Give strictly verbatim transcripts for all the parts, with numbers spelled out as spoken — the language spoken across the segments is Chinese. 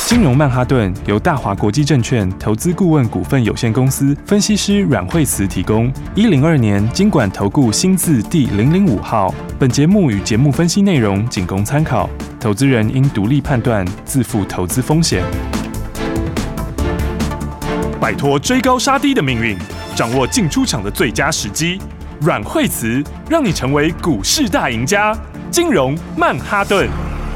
金融曼哈顿由大华国际证券投资顾问股份有限公司分析师阮惠慈提供。一零二年金管投顾新字第零零五号。本节目与节目分析内容仅供参考，投资人应独立判断，自负投资风险。摆脱追高杀低的命运，掌握进出场的最佳时机。阮惠慈让你成为股市大赢家。金融曼哈顿。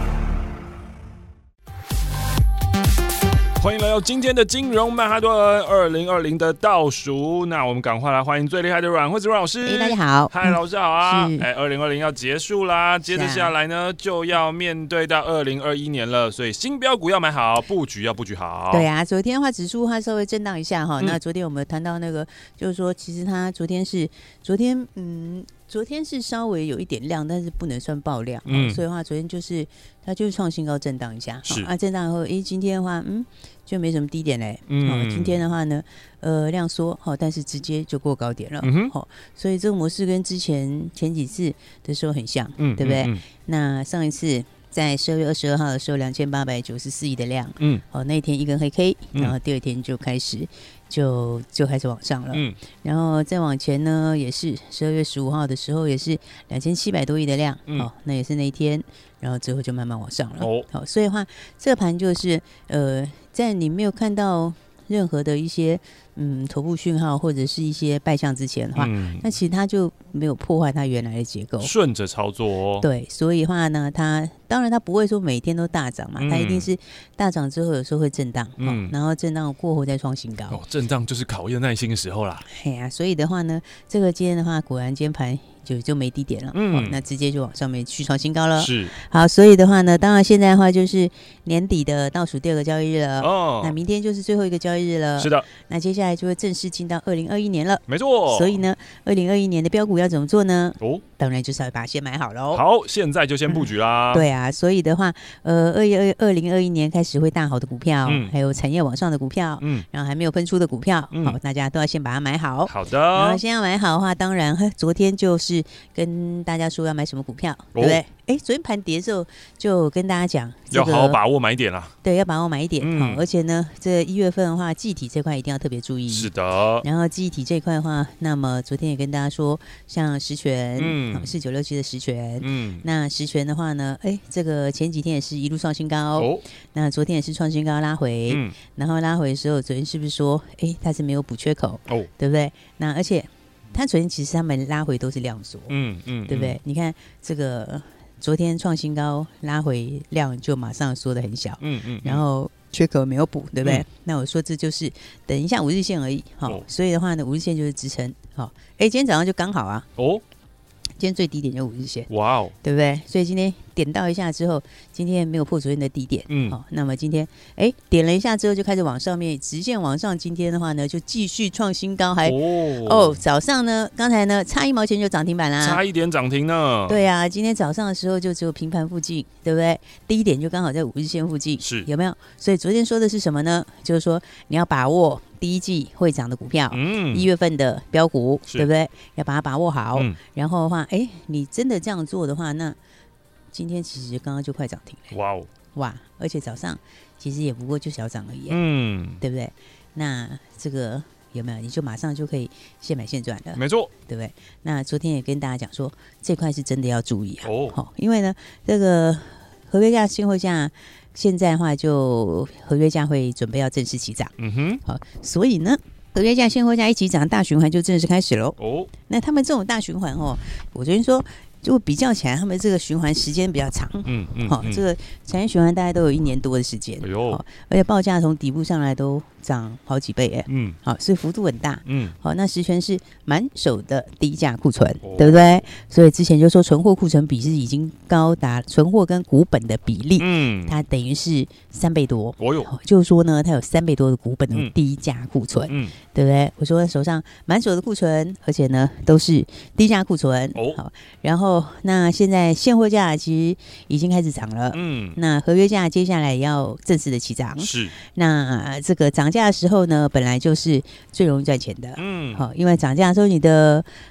欢迎来到今天的金融曼哈顿二零二零的倒数，那我们赶快来欢迎最厉害的阮惠慈阮老师。 hey, 大家好， 嗨，老师好啊！ 哎， 二零二零要结束啦，接着下来呢、啊、就要面对到二零二一年了，所以新标股要买好，布局要布局好。 对啊，昨天的话指数它稍微震荡一下哈、嗯，那昨天我们谈到那个，就是说其实它昨天是昨天嗯。昨天是稍微有一点量，但是不能算爆量，嗯，所以的话，昨天就是它就是创新高震荡一下， 是啊，震荡后，哎，今天的话，嗯，就没什么低点嘞，嗯、哦，今天的话呢，呃，量缩，好、哦，但是直接就过高点了，嗯好、哦，所以这个模式跟之前前几次的时候很像，嗯，对不对？嗯嗯、那上一次在十二月二十二号的时候，两千八百九十四亿的量，嗯，哦，那一天一根黑 K，、嗯、然后第二天就开始。就就开始往上了，嗯，然后再往前呢，也是十二月十五号的时候，也是两千七百多亿的量，嗯，哦，那也是那一天，然后之后就慢慢往上了，哦，好、哦，所以的话，这个盘就是呃，在你没有看到任何的一些嗯头部讯号或者是一些败象之前的话，嗯、那其实它就没有破坏它原来的结构， 顺着操作哦， 对，所以的话呢，它。当然，它不会说每天都大涨嘛，它、嗯、一定是大涨之后有时候会震荡，嗯、然后震荡过后再创新高。 哦，震荡就是考验耐心的时候啦。 哎呀、啊，所以的话呢，这个今天的话，果然今天盘就就没低点了，嗯、哦，那直接就往上面去创新高了。 是， 好，所以的话呢，当然现在的话就是年底的倒数第二个交易日了，哦，那明天就是最后一个交易日了。 是的， 那接下来就会正式进到二零二一年了。 没错。 所以呢，二零二一年的标股要怎么做呢？哦，当然就是要把它先买好喽。 好，现在就先布局啦。 嗯、对啊。啊，所以的话，呃，二二二零二一年开始会大好的股票，嗯、还有产业往上的股票，嗯，然后还没有喷出的股票，嗯、好，大家都要先把它买好。 好的。 然后先要买好的话，当然，昨天就是跟大家说要买什么股票，哦、对不对？哎，昨天盘跌的时候就跟大家讲、这个， 要好好把握买点啦。 对，要把握买一点，嗯、而且呢，这一月份的话，记忆体这块一定要特别注意。 是的。 然后记忆体这一块的话，那么昨天也跟大家说，像十铨，嗯，四九六七的十铨，嗯，那十铨的话呢，哎，这个前几天也是一路创新高，哦，那昨天也是创新高拉回，嗯，然后拉回的时候，昨天是不是说，哎，它是没有补缺口，哦，对不对？那而且它昨天其实他们拉回都是量缩，嗯嗯，对不对？你看这个。昨天创新高拉回量就马上缩得很小，嗯 嗯, 嗯，然后缺口没有补，对不对？嗯、那我说这就是等一下五日线而已，好、哦，所以的话呢，五日线就是支撑，好，哎，今天早上就刚好啊，哦，今天最低点就五日线，哇哦，对不对？所以今天点到一下之后，今天没有破昨天的低点，嗯，好、哦，那么今天哎点了一下之后就开始往上面直线往上，今天的话呢就继续创新高，还哦, 哦早上呢刚才呢差一毛钱就涨停板啦， 差一点涨停呢， 对啊，今天早上的时候就只有平盘附近，对不对？低点就刚好在五日线附近，是有没有？所以昨天说的是什么呢？就是说你要把握第一季会涨的股票，嗯，一月份的标股，对不对？要把它把握好，嗯、然后的话，哎，你真的这样做的话，那今天其实刚刚就快涨停了，哇哦，哇！而且早上其实也不过就小涨而已，嗯，对不对？那这个有没有？你就马上就可以现买现赚了， 没错， 对不对？那昨天也跟大家讲说，这块是真的要注意啊，哦，好，因为呢，这个合约价、现货价。现在的话，就合约价会准备要正式起涨，嗯哼，好，所以呢，合约价、现货价一起涨，大循环就正式开始喽。哦，那他们这种大循环哦，我昨天说，如果比较起来，他们这个循环时间比较长，嗯嗯，好、嗯，这个产业循环大概都有一年多的时间，哎呦，而且报价从底部上来都涨好几倍，哎，嗯，好，所以幅度很大，嗯，好，那十铨是满手的低价库存，哦、对不对？所以之前就说存货库存比是已经高达存货跟股本的比例，嗯，它等于是三倍多，哦哟，就是说呢，它有三倍多的股本的低价库存，嗯，对不对？我说手上满手的库存，而且呢都是低价库存，哦，好，然后那现在现货价其实已经开始涨了，嗯，那合约价接下来也要正式的起涨，是，那这个涨价的时候呢，本来就是最容易赚钱的，嗯，好，因为涨价的时候你的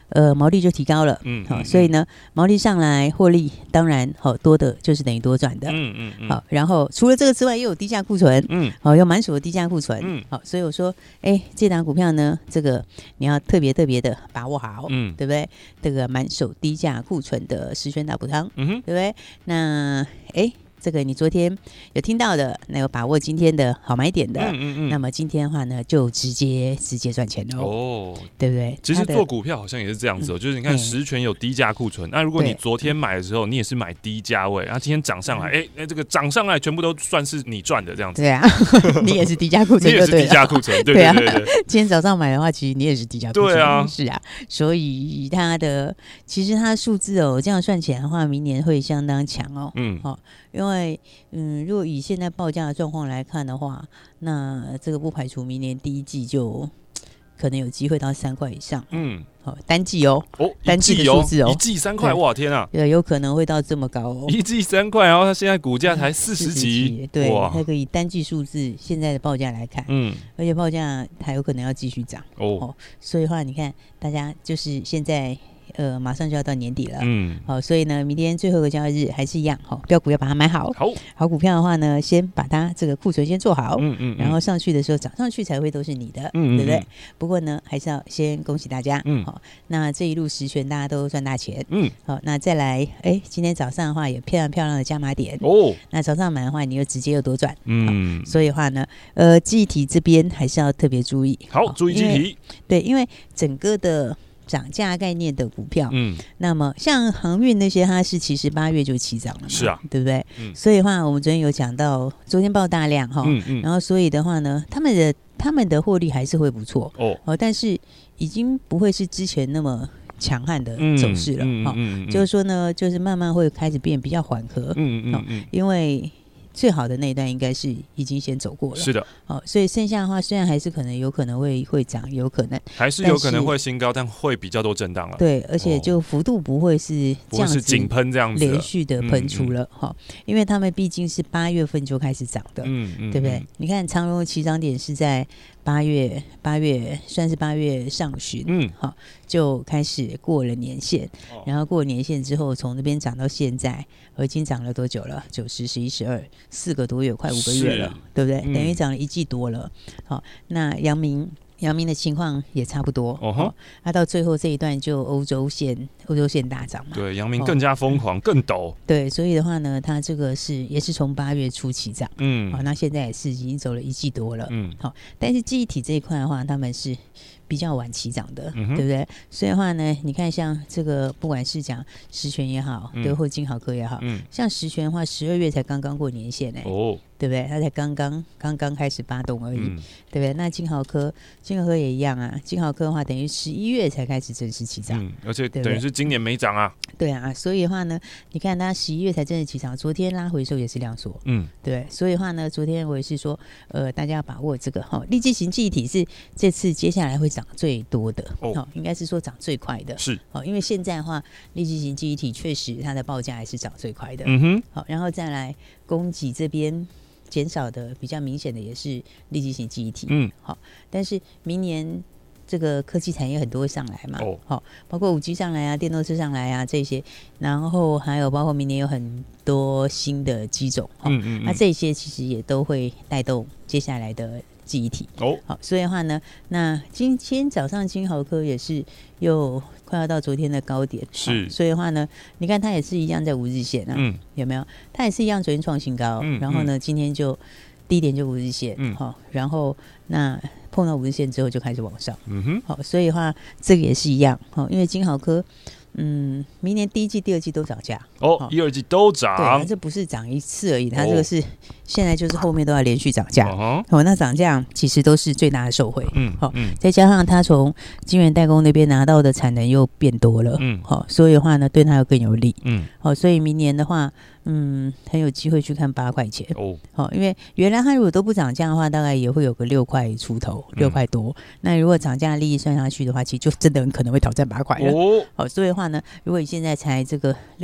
呃毛利就提高了， 嗯， 好、哦，所以呢毛利上来，获利当然好、哦、多的就是等于多赚的， 嗯嗯嗯， 好，然后除了这个之外，又有低价库存，嗯，好、哦，有满手的低价库存，嗯，好，所以我说，哎，这档股票呢，这个你要特别特别的把握好，嗯，对不对？这个满手低价库存的十全大补汤，嗯哼，对不对？那哎。这个你昨天有听到的，那有把握今天的好买点的，嗯嗯嗯，那么今天的话呢，就直接直接赚钱喽，哦，对不对？ 其实做股票好像也是这样子哦，嗯、就是你看十全有低价库存，那、嗯、如果你昨天买的时候，你也是买低价位，然后今天涨上来，哎、嗯、哎，这个涨上来全部都算是你赚的这样子，对啊，你也是低价库存， 你也是低价库存，对对对 对, 对、啊。 今天早上买的话，其实你也是低价库存， 对啊， 是啊，所以它的其实它的数字哦，这样算起来的话，明年会相当强哦，嗯，好、哦，因为嗯。嗯，如果以现在报价的状况来看的话，那这个不排除明年第一季就可能有机会到三块以上。嗯，好、哦，单季哦，哦，单季的数字哦， 一季三块，哇，天啊， 对，有可能会到这么高哦， 一季三块，然后它现在股价才四十几， 对，那个以单季数字现在的报价来看，嗯，而且报价还有可能要继续涨哦, 哦，所以的话，你看大家就是现在。呃，马上就要到年底了，嗯，好，所以呢，明天最后一个交易日还是一样，好，标股要把它买好，好，好股票的话呢，先把它这个库存先做好，嗯 嗯, 嗯，然后上去的时候涨上去才会都是你的，嗯, 嗯, 嗯，对不对？不过呢，还是要先恭喜大家，嗯，好，那这一路十全大家都赚大钱，嗯，好，那再来，哎，今天早上的话有漂亮漂亮的加码点哦，那早上买的话，你又直接又多赚，嗯，所以的话呢，呃，记忆体这边还是要特别注意， 好，注意记忆体， 对，因为整个的。涨价概念的股票，嗯，那么像航运那些，它是其实八月就起涨了嘛， 是啊， 对不对？嗯，所以的话，我们昨天有讲到，昨天爆大量哈，嗯嗯，然后所以的话呢，他们的他们的获利还是会不错哦，哦，但是已经不会是之前那么强悍的走势了，哈、嗯嗯嗯，就是说呢，就是慢慢会开始变比较缓和，嗯嗯嗯，因为。最好的那一段应该是已经先走过了， 是的， 哦，所以剩下的话虽然还是可能有可能会会涨，有可能还是有可能会新高，但会比较多震荡了。 对，而且就幅度不会是这样子井喷这样子连续的喷出了哈、嗯嗯，因为他们毕竟是八月份就开始涨的，嗯嗯，对不对？嗯、你看长荣起涨点是在八月，八月算是八月上旬，嗯，好，就开始过了年限，哦、然后过了年限之后，从那边涨到现在，已经涨了多久了？九、十、十一、十二，四个多月，快五个月了，对不对？嗯、等于涨了一季多了。好，那阳明。阳明的情况也差不多，哦，哦啊，到最后这一段就欧洲线，欧洲线大涨嘛， 对，阳明更加疯狂，哦、更陡， 对，所以的话呢，它这个是也是从八月初起涨，嗯，好、哦，那现在也是已经走了一季多了，嗯，好、哦，但是记忆体这一块的话，他们是比较晚起涨的，嗯、对不对？所以的话呢，你看像这个，不管是讲十全也好，对、嗯，或金豪科也好，嗯，像十全的话，十二月才刚刚过年限呢、欸，哦。对不对？它才刚刚刚刚开始发动而已，嗯、对不对？那金豪科，金豪科也一样啊。金豪科的话，等于十一月才开始正式起涨，嗯， 而且等于是今年没涨啊。 对啊，所以的话呢，你看它十一月才正式起涨，昨天拉回的时候也是量缩，嗯，对。所以的话呢，昨天我也是说，呃，大家要把握这个哈，立基型记忆体是这次接下来会涨最多的，哦，哦应该是说涨最快的， 是哦，因为现在的话，立基型记忆体确实它的报价还是涨最快的，嗯哼。好，然后再来供给这边。减少的比较明显的也是立基型记忆体，嗯，好，但是明年这个科技产业很多会上来嘛，哦，好，包括五 G 上来啊，电动车上来啊这些，然后还有包括明年有很多新的机种，嗯嗯，那、啊、这些其实也都会带动接下来的记忆体，哦，好，所以的话呢，那今天早上金豪科也是又快要到昨天的高点， 是， 所以的话呢，你看它也是一样在五日线啊，嗯，有没有？它也是一样昨天创新高，嗯，然后呢，今天就低点就五日线，嗯，好，然后那碰到五日线之后就开始往上，嗯哼，好，所以的话这个也是一样，好，因为金豪科。嗯，明年第一季、第二季都涨价哦，一、二季都涨， 对，这不是涨一次而已，它这个是、哦、现在就是后面都要连续涨价，哦，哦，那涨价其实都是最大的受惠，嗯，好、哦嗯，再加上它从晶圆代工那边拿到的产能又变多了，嗯，好、哦，所以的话呢，对它又更有利，嗯，好、哦，所以明年的话，嗯，很有机会去看八块钱哦，好、哦，因为原来它如果都不涨价的话，大概也会有个六块出头，六块多，嗯、那如果涨价利益算下去的话，其实就真的很可能会挑战八块了，哦，好、哦，所以的话呢，如果你现在才这个六十几块。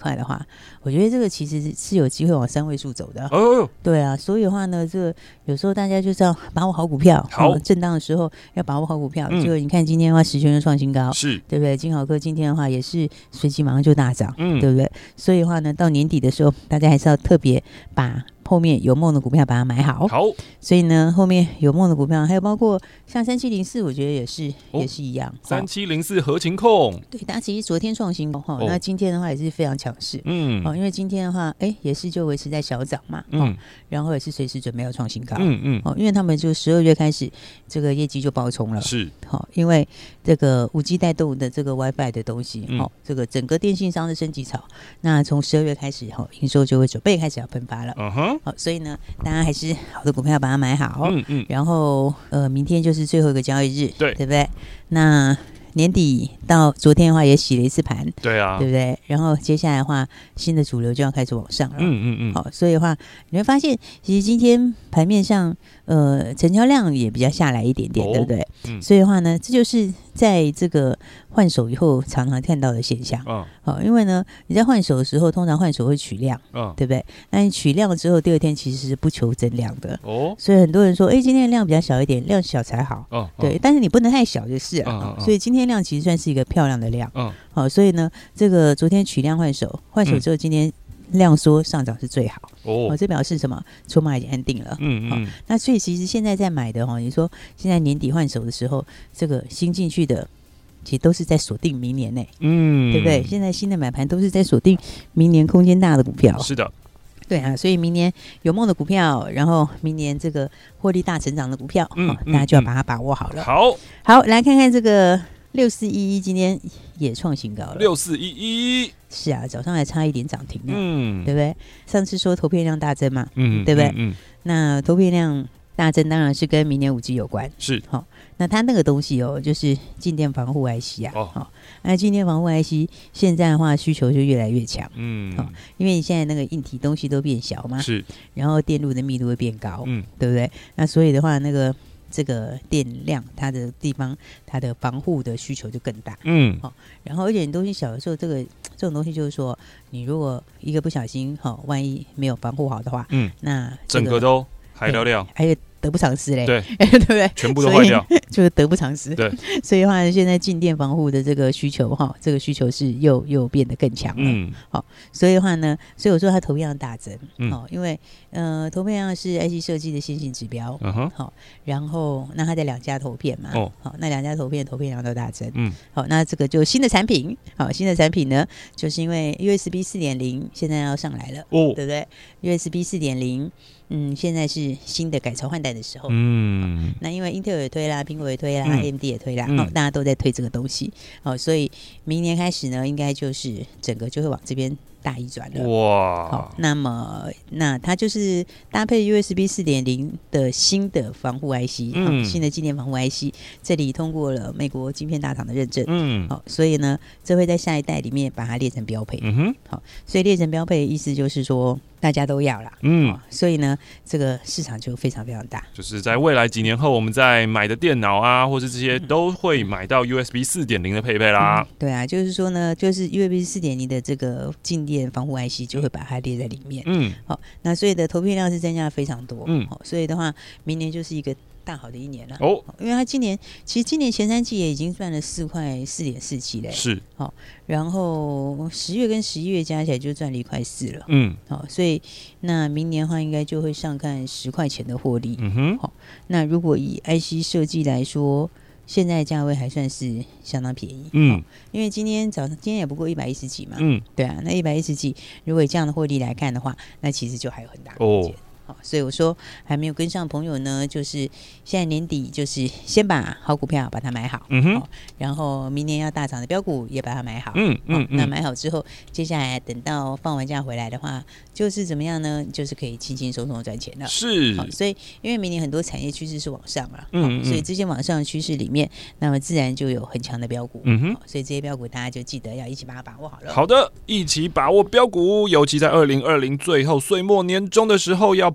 块的话，我觉得这个其实是有机会往三位数走的。 哦， 对啊，所以的话呢，这个有时候大家就是要把握好股票， 好、 哦，震荡的时候要把握好股票。 嗯、 就你看今天的话，十全就创新高， 是， 对不对？金豪科今天的话也是随即马上就大涨， 嗯， 对不对？所以的话呢，到年底的时候，大家还是要特别把后面有梦的股票把它买好。 好， 所以呢，后面有梦的股票，还有包括像三七零四，我觉得也是、哦、也是一样。 三七零四合勤控， 对，它其实昨天创新高哈、哦，那今天的话也是非常强势，嗯，哦，因为今天的话，哎，也是就维持在小涨嘛，嗯、哦，然后也是随时准备要创新高，嗯嗯，哦，因为他们就十二月开始这个业绩就爆冲了， 是， 好、哦，因为这个五 G 带动的这个 WiFi 的东西，嗯、哦，这个整个电信商的升级潮，那从十二月开始，哈、哦，营收就会准备开始要喷发了，嗯哼，好、哦，所以呢，大家还是好的股票把它买好，嗯嗯，然后呃，明天就是最后一个交易日，对，对不对？那年底到昨天的话也洗了一次盘， 对啊， 对不对？然后接下来的话，新的主流就要开始往上了，嗯嗯嗯。好，所以的话，你会发现，其实今天盘面上，呃，成交量也比较下来一点点，哦、对不对？嗯。所以的话呢，这就是在这个换手以后常常看到的现象，嗯。好，因为呢，你在换手的时候，通常换手会取量，嗯，对不对？那你取量了之后，第二天其实是不求增量的，哦。所以很多人说，哎，今天的量比较小一点，量小才好，哦，对。但是你不能太小就是了，哦哦、所以今天量其实算是一个漂亮的量，嗯。好，所以呢，这个昨天取量换手，换手之后，今天量缩上涨是最好。哦，哦这表示什么？筹码已经安定了。嗯嗯。那所以其实现在在买的哈，你说现在年底换手的时候，这个新进去的，其实都是在锁定明年内，嗯，对不对？现在新的买盘都是在锁定明年空间大的股票。 是的。 对啊，所以明年有梦的股票，然后明年这个获利大成长的股票，嗯，哦、大家就要把它把握好了。 好， 好，来看看这个。六四一一今天也创新高了， 六四一一是啊，早上还差一点涨停呢，嗯，对不对？上次说投片量大增嘛，嗯，对不对？嗯，嗯那投片量大增当然是跟明年五 G 有关， 是好、哦。那它那个东西哦，就是静电防护 I C 啊，哦，哦那静电防护 I C 现在的话需求就越来越强，嗯，好、哦，因为你现在那个硬体东西都变小嘛， 是， 然后电路的密度会变高，嗯，对不对？那所以的话，那个。这个电量，它的地方，它的防护的需求就更大，嗯，好、哦，然后而且你东西小的时候，这个这种东西就是说，你如果一个不小心，哈、哦，万一没有防护好的话，嗯，那、这个、 整个都还了了， 还有得不偿失嘞， 对， 对不对？ 全部都坏掉， 就是得不偿失。 对， 所以的话，现在静电防护的这个需求，哈，这个需求是又又变得更强了，嗯，好，所以的话呢，所以我说它投片量大增，嗯，好，因为呃，投片量是 I C 设计的先行指标，嗯哼，好，然后那它在两家投片嘛，哦，好，那两家投片投片量都大增，嗯，好，那这个就新的产品，好，新的产品呢，就是因为 U S B 四点零 现在要上来了，哦，对不对 ？U S B 四点零。嗯，现在是新的改朝换代的时候。嗯，那因为 Intel 也推啦，苹果也推啦、嗯、A M D 也推啦，嗯、哦，大家都在推这个东西，哦，所以明年开始呢，应该就是整个就会往这边大移转了。哇，好、哦，那么那它就是搭配 U S B 四点零 的新的防护 I C，嗯、哦，新的静电防护 I C， 这里通过了美国晶片大厂的认证，嗯，好、哦，所以呢，这会在下一代里面把它列成标配。嗯哼，好、哦，所以列成标配的意思就是说。大家都要啦，嗯、哦，所以呢，这个市场就非常非常大。 就是在未来几年后，我们在买的电脑啊，或者这些都会买到 U S B 四点零 的配备啦、嗯。 对啊，就是说呢，就是 U S B 四点零 的这个静电防护 I C 就会把它列在里面。嗯，好、哦，那所以的投片量是增加非常多。嗯，好、哦，所以的话，明年就是一个。大好的一年了哦，因为它今年其实今年前三季也已经赚了四块四点四七嘞， 是好、哦，然后十月跟十一月加起来就赚了一块四了，嗯，好、哦，所以那明年的话应该就会上看十块钱的获利，嗯哼，好、哦，那如果以 I C 设计来说，现在价位还算是相当便宜，嗯、哦，因为今天早上今天也不过一百一十几嘛，嗯，对啊，那一百一十几，如果以这样的获利来看的话，那其实就还有很大的空间。哦好，所以我说还没有跟上朋友呢，就是现在年底就是先把好股票把它买好，嗯哼，然后明年要大涨的标股也把它买好，嗯嗯，那买好之后，接下来等到放完假回来的话，就是怎么样呢？就是可以轻轻松松赚钱了。 是， 好，所以因为明年很多产业趋势是往上了，嗯嗯，所以这些往上的趋势里面，那么自然就有很强的标股，嗯哼，所以这些标股大家就记得要一起把它把握好了。 好的，一起把握标股，尤其在二零二零最后岁末年终的时候要。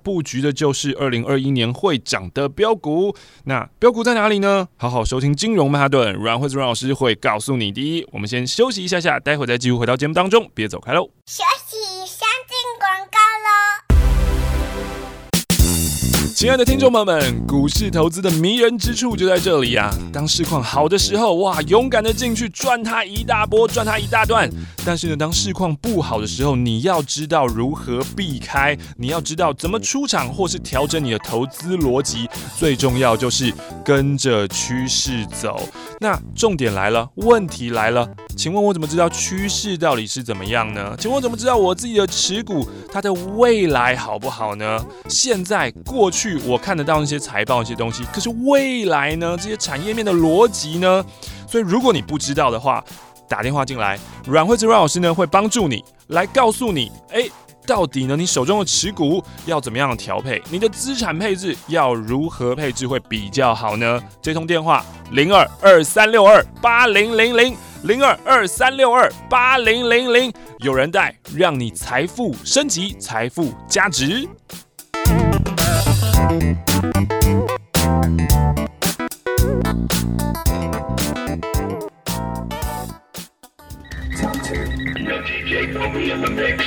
布局的就是二零二一年会涨的标股。那标股在哪里呢？好好收听金融曼哈顿，阮慧子阮老师会告诉你。第一，我们先休息一下下，待会再继续回到节目当中，别走开喽。 休息，先进广告喽。 亲爱的听众朋友们，股市投资的迷人之处就在这里啊！当市况好的时候，哇，勇敢的进去赚它一大波，赚它一大段。但是呢，当市况不好的时候，你要知道如何避开，你要知道怎么出场或是调整你的投资逻辑。最重要就是跟着趋势走。那重点来了，问题来了，请问我怎么知道趋势到底是怎么样呢？请问我怎么知道我自己的持股它的未来好不好呢？现在、过去我看得到那些财报那些东西，可是未来呢？这些产业面的逻辑呢？所以如果你不知道的话，打电话进来，阮慧子阮老师呢会帮助你来告诉你，哎，到底呢你手中的持股要怎么样的调配，你的资产配置要如何配置会比较好呢？这通电话零二二三六二八零零零零二二三六二八零零零，有人带，让你财富升级，财富加值。 No D J put me in the mix.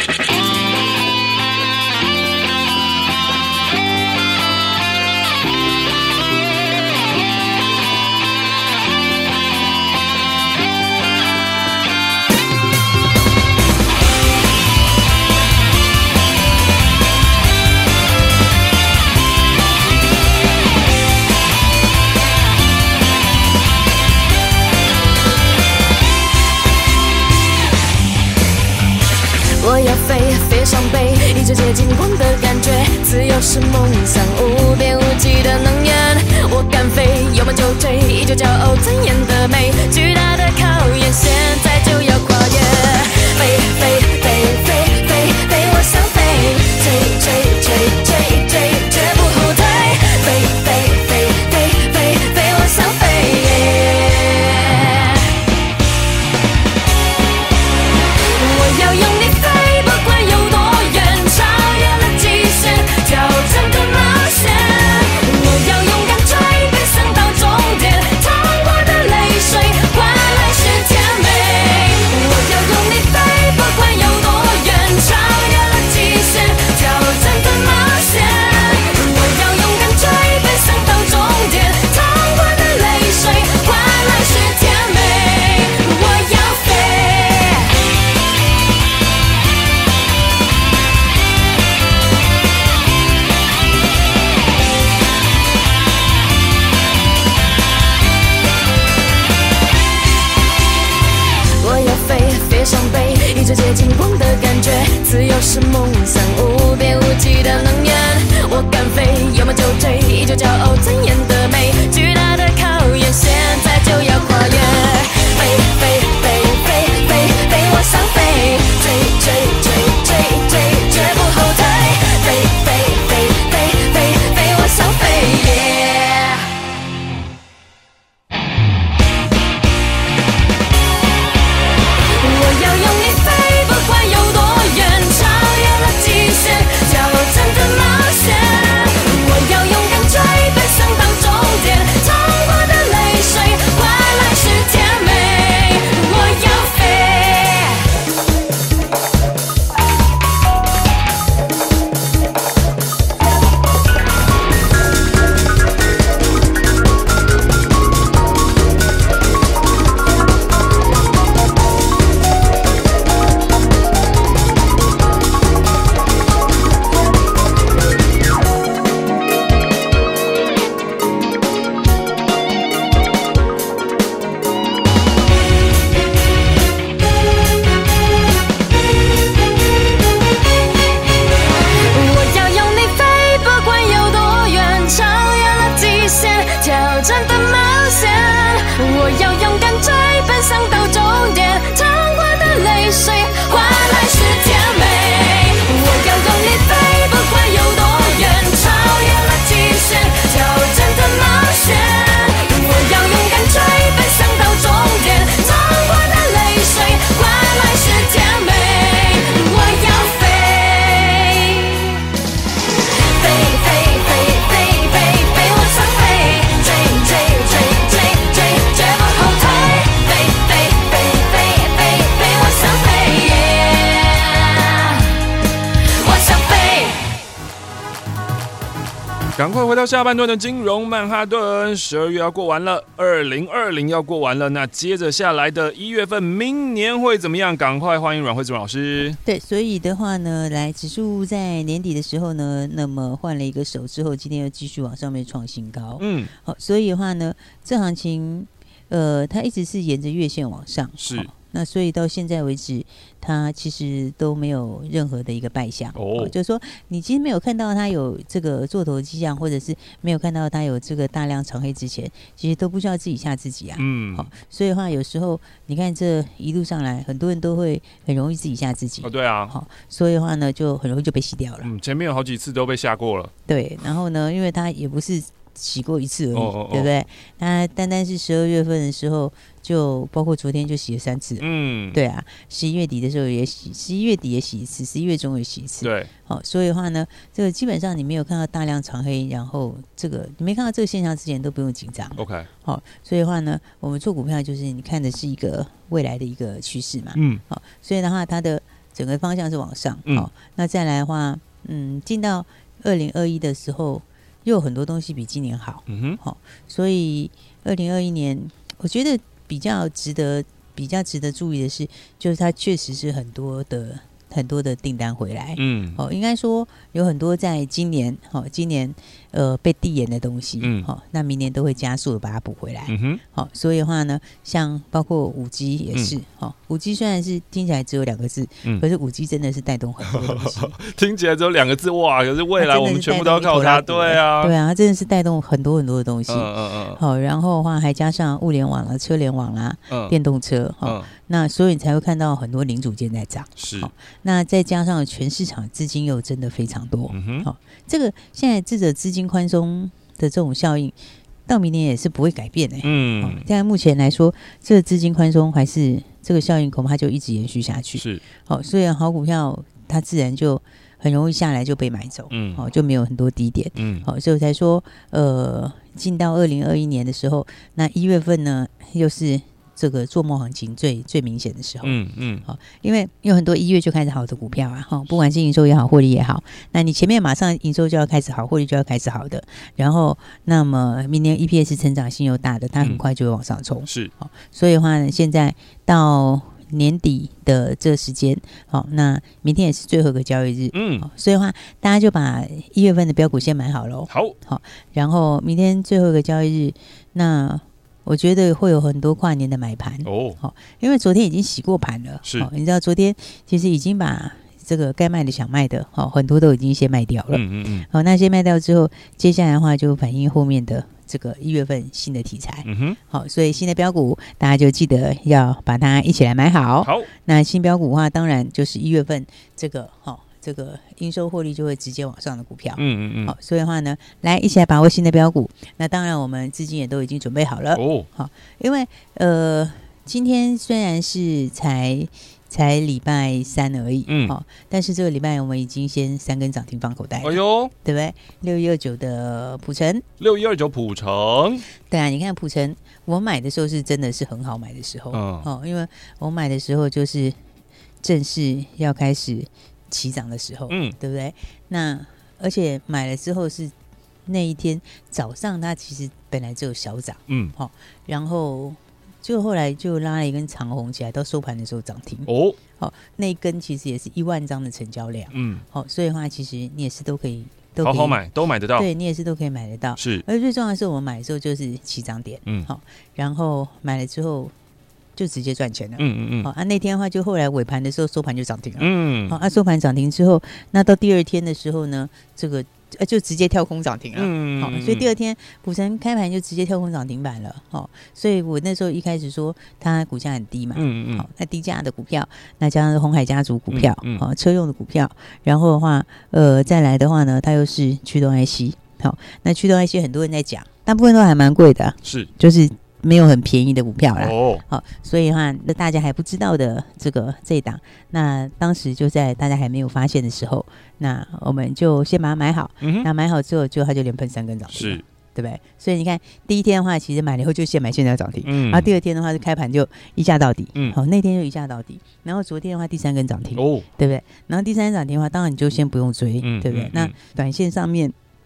我要飞，飞上北，一直接近光的感觉，自由是梦想，无边无际的能源。我敢飞，有梦就追，依旧骄傲尊严的美，巨大的考验，现在就要跨越。飞飞飞飞飞飞，我想飞，追追追追追，绝不后退。飞飞飞飞飞飞，我想飞。我要用力飞。不管有多远，超越了极限，挑战的冒险。 赶快回到下半段的金融曼哈顿，十二月要过完了，二零二零要过完了，那接着下来的一月份，明年会怎么样？赶快欢迎阮慧珠老师。 对，所以的话呢，来指数在年底的时候呢，那么换了一个手之后，今天又继续往上面创新高。嗯，好，所以的话呢，这行情呃，它一直是沿着月线往上， 是。 那所以到现在为止，它其实都没有任何的一个败象哦，就是说你其实没有看到它有这个做头迹象，或者是没有看到它有这个大量长黑之前，其实都不需要自己吓自己啊。嗯，好，所以的话有时候你看这一路上来，很多人都会很容易自己吓自己。 哦，对啊， 好，所以的话呢，就很容易就被洗掉了。 嗯，前面有好几次都被吓过了。 对，然后呢，因为它也不是洗过一次而已，哦哦哦对不对？那单单是十二月份的时候。就包括昨天就洗了三次，嗯，对啊，十一月底的时候也洗，十一月底也洗一次，十一月中也洗一次， 对， 好、哦，所以的话呢，这个基本上你没有看到大量长黑，然后这个你没看到这个现象之前都不用紧张 ，OK， 好、哦，所以的话呢，我们做股票就是你看的是一个未来的一个趋势嘛，嗯，好、哦，所以的话它的整个方向是往上，好、嗯哦，那再来的话，嗯，进到二零二一的时候，又有很多东西比今年好，嗯哼，好、哦，所以二零二一年我觉得。比较值得比较值得注意的是，就是它确实是很多的很多的订单回来，嗯，哦，应该说有很多在今年，哦，今年呃被递延的东西，嗯，哦，那明年都会加速的把它补回来，嗯哼，好、哦，所以的话呢，像包括五 G 也是，嗯、哦，五 G 虽然是听起来只有两个字，嗯，可是五 G 真的是带动很多东西， 听起来只有两个字，哇，可是未来我们全部都要靠它，对啊， 对啊，它真的是带动很多很多的东西，嗯嗯嗯，好、哦，然后的话还加上物联网啦、车联网啦、嗯、电动车，哈、哦。嗯那所以你才会看到很多零组件在涨， 是、 哦。那再加上全市场资金又真的非常多，嗯哼，好、哦，这个现在这个资金宽松的这种效应，到明年也是不会改变的、欸，嗯。哦、现在目前来说，这个资金宽松还是这个效应恐怕就一直延续下去， 是。 好、哦，所以好股票它自然就很容易下来就被买走，嗯，好、哦，就没有很多低点，嗯，好、哦，所以我才说，呃，进到二零二一年的时候，那一月份呢，又是。这个做梦行情最最明显的时候，嗯嗯，好，因为有很多一月就开始好的股票啊，哈，不管是营收也好，获利也好，那你前面马上营收就要开始好，获利就要开始好的，然后那么明年 E P S 成长性又大的，它很快就会往上冲， 嗯、是， 好，所以的话呢，现在到年底的这个时间，好，那明天也是最后一个交易日，嗯，所以的话，大家就把一月份的标股先买好喽， 好， 好，然后明天最后一个交易日，那。我觉得会有很多跨年的买盘哦，好，因为昨天已经洗过盘了， 是， 你知道昨天其实已经把这个该卖的想卖的，好，很多都已经先卖掉了，嗯嗯嗯，好，那些卖掉之后，接下来的话就反映后面的这个一月份新的题材，嗯哼，好，所以新的标股大家就记得要把它一起来买好， 好， 那新标股的话，当然就是一月份这个，好。这个营收获利就会直接往上的股票，嗯嗯嗯，好，所以的话呢，来一起来把握新的标股。那当然，我们资金也都已经准备好了哦。好，因为呃，今天虽然是才才礼拜三而已，嗯，好，但是这个礼拜我们已经先三根涨停放口袋了， 哎呦， 对不对？六一二九的普成， 六一二九普成， 对啊，你看普成，我买的时候是真的是很好买的时候，嗯，哦，因为我买的时候就是正式要开始。起涨的时候，嗯，对不对？那而且买了之后是那一天早上，它其实本来就有小涨，嗯，好、哦，然后就后来就拉了一根长红起来，到收盘的时候涨停哦，好、哦，那一根其实也是一万张的成交量，嗯，好、哦，所以的话，其实你也是都可以，都可以好好买，都买得到， 对你也是都可以买得到， 是。 而最重要的是，我们买的时候就是起涨点，嗯，好、哦，然后买了之后。就直接赚钱了，嗯嗯嗯，好、啊，那天的话就后来尾盘的时候收盘就涨停了，嗯，好、啊，收盘涨停之后，那到第二天的时候呢，这个呃就直接跳空涨停了，嗯，好、所以第二天普成开盘就直接跳空涨停板了，好、所以我那时候一开始说它股价很低嘛，嗯嗯，好、那低价的股票，那加上鸿海家族股票，嗯，好、车用的股票，然后的话，呃，再来的话呢，它又是驱动 I C， 好，那驱动 I C 很多人在讲，大部分都还蛮贵的、啊， 是， 就是。没有很便宜的股票啦，哦，好，所以的话，那大家还不知道的这个这一档，那当时就在大家还没有发现的时候，那我们就先把它买好，嗯、那买好之后，就它就连喷三根涨停，是，对不对？所以你看，第一天的话，其实买了以后就先买，现在涨停，嗯，然后第二天的话是开盘就一价到底，嗯，好，那天就一价到底，然后昨天的话第三根涨停，哦，对不对？然后第三根涨停的话，当然你就先不用追，嗯、对不对？嗯、那短线上面。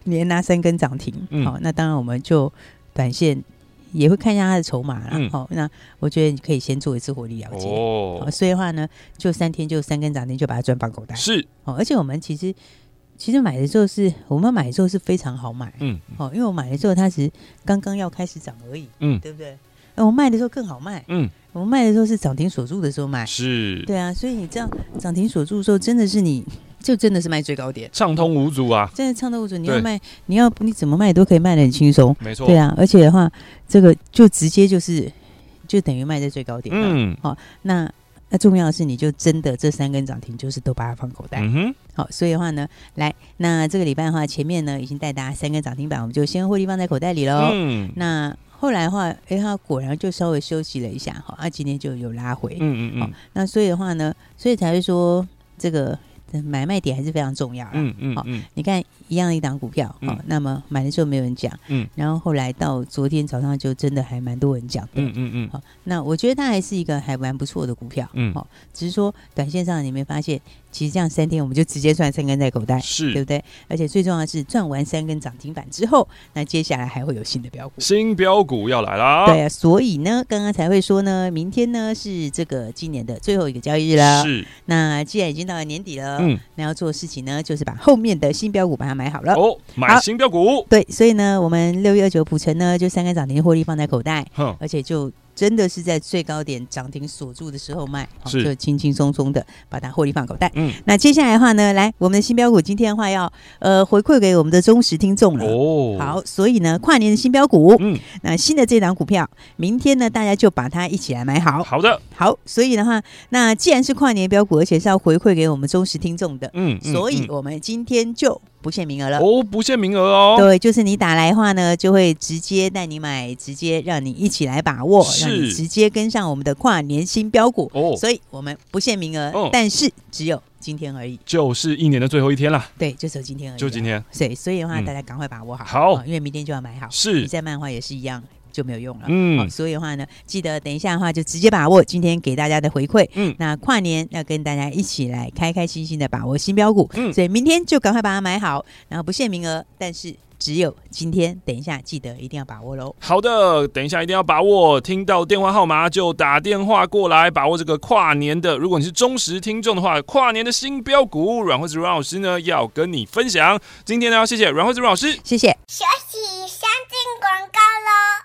连拿三根涨停，好、嗯哦，那当然我们就短线也会看一下它的筹码啦。好、嗯哦，那我觉得你可以先做一次获利了结。哦，哦所以的话呢，就三天就三根涨停就把它赚放口袋。 是， 哦，而且我们其实其实买的时候是我们买的时候是非常好买，嗯，哦，因为我买的时候它是刚刚要开始涨而已，嗯，对不对？我们卖的时候更好卖，嗯，我们卖的时候是涨停锁住的时候卖， 是， 对啊，所以你这样涨停锁住的时候，真的是你就真的是卖最高点， 畅通无阻啊， 真的畅通无阻。你要卖，你要你怎么卖都可以卖得很轻松， 没错， 对啊，而且的话，这个就直接就是就等于卖在最高点，嗯，好、哦，那那重要的是，你就真的这三根涨停就是都把它放口袋，嗯哼，好，所以的话呢，来，那这个礼拜的话，前面呢已经带大家三根涨停板，我们就先获利放在口袋里喽，嗯，那。后来的话，哎，它果然就稍微休息了一下，哈，啊，今天就有拉回，嗯嗯嗯，那所以的话呢，所以才会说这个买卖点还是非常重要啦，嗯嗯嗯，你看一样的一档股票，嗯、那么买的时候没有人讲，嗯，然后后来到昨天早上就真的还蛮多人讲的，嗯嗯嗯，好，那我觉得它还是一个还蛮不错的股票，嗯，好，只是说短线上你没发现，其实这样三天我们就直接赚三根在口袋， 是， 对不对？而且最重要的是赚完三根涨停板之后，那接下来还会有新的标股， 新标股要来啦， 对啊，所以呢，刚刚才会说呢，明天呢是这个今年的最后一个交易日了， 是， 那既然已经到了年底了，嗯，那要做的事情呢，就是把后面的新标股把它买好了哦，买新标股， 对，所以呢，我们六月二九普成呢，就三根涨停获利放在口袋，而且就真的是在最高点涨停锁住的时候卖，就轻轻松松的把它获利放口袋。嗯，那接下来的话呢，来我们的新标股今天的话要呃回馈给我们的忠实听众了。哦，好，所以呢，跨年的新标股，嗯，那新的这档股票，明天呢大家就把它一起来买好。 好的， 好，所以的话，那既然是跨年标股，而且是要回馈给我们忠实听众的，嗯，嗯所以我们今天就不限名额了哦，不限名额哦。 对，就是你打来的话呢，就会直接带你买，直接让你一起来把握，让你直接跟上我们的跨年新标股。哦，所以我们不限名额，哦、但是只有今天而已， 就是一年的最后一天了。 对，就只有今天而已， 就今天。 对，所以的话，大家赶快把握好， 好、 哦，因为明天就要买好。 是， 你再慢的话也是一样。就没有用了，嗯、哦，所以的话呢，记得等一下的话就直接把握今天给大家的回馈，嗯，那跨年要跟大家一起来开开心心的把握新标股，嗯，所以明天就赶快把它买好，然后不限名额，但是只有今天，等一下记得一定要把握喽。 好的，等一下一定要把握，听到电话号码就打电话过来，把握这个跨年的。如果你是忠实听众的话，跨年的新标股，阮惠子阮老师呢要跟你分享。今天呢要谢谢阮惠子阮老师， 谢谢。 休息，相进广告喽。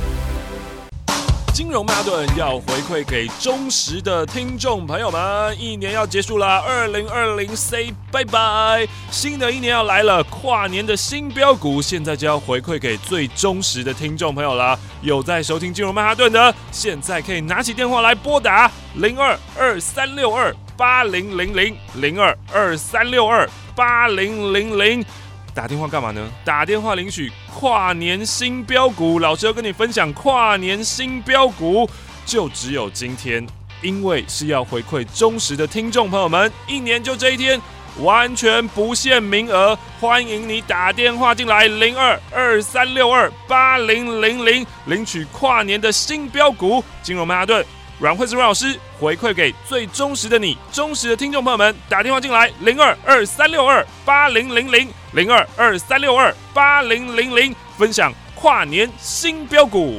金融曼哈顿要回馈给忠实的听众朋友们，一年要结束了，二零二零 say 拜拜，新的一年要来了，跨年的新标股现在就要回馈给最忠实的听众朋友了。有在收听金融曼哈顿的，现在可以拿起电话来拨打零二二三六二八零零零零二二三六二八零零零。打电话干嘛呢？打电话领取跨年新标股，老师要跟你分享跨年新标股，就只有今天，因为是要回馈忠实的听众朋友们，一年就这一天，完全不限名额，欢迎你打电话进来零二二三六二八零零零领取跨年的新标股。金融曼哈顿阮惠子阮老师回馈给最忠实的你，忠实的听众朋友们，打电话进来零二二三六二八零零零零二二三六二八零零零，分享跨年新标股。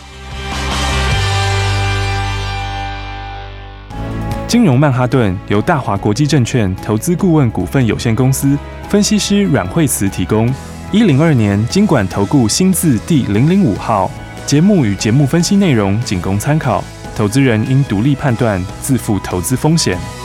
金融曼哈顿由大华国际证券投资顾问股份有限公司分析师阮惠慈提供。一零二年金管投顾新字第零零五号。节目与节目分析内容仅供参考，投资人应独立判断，自负投资风险。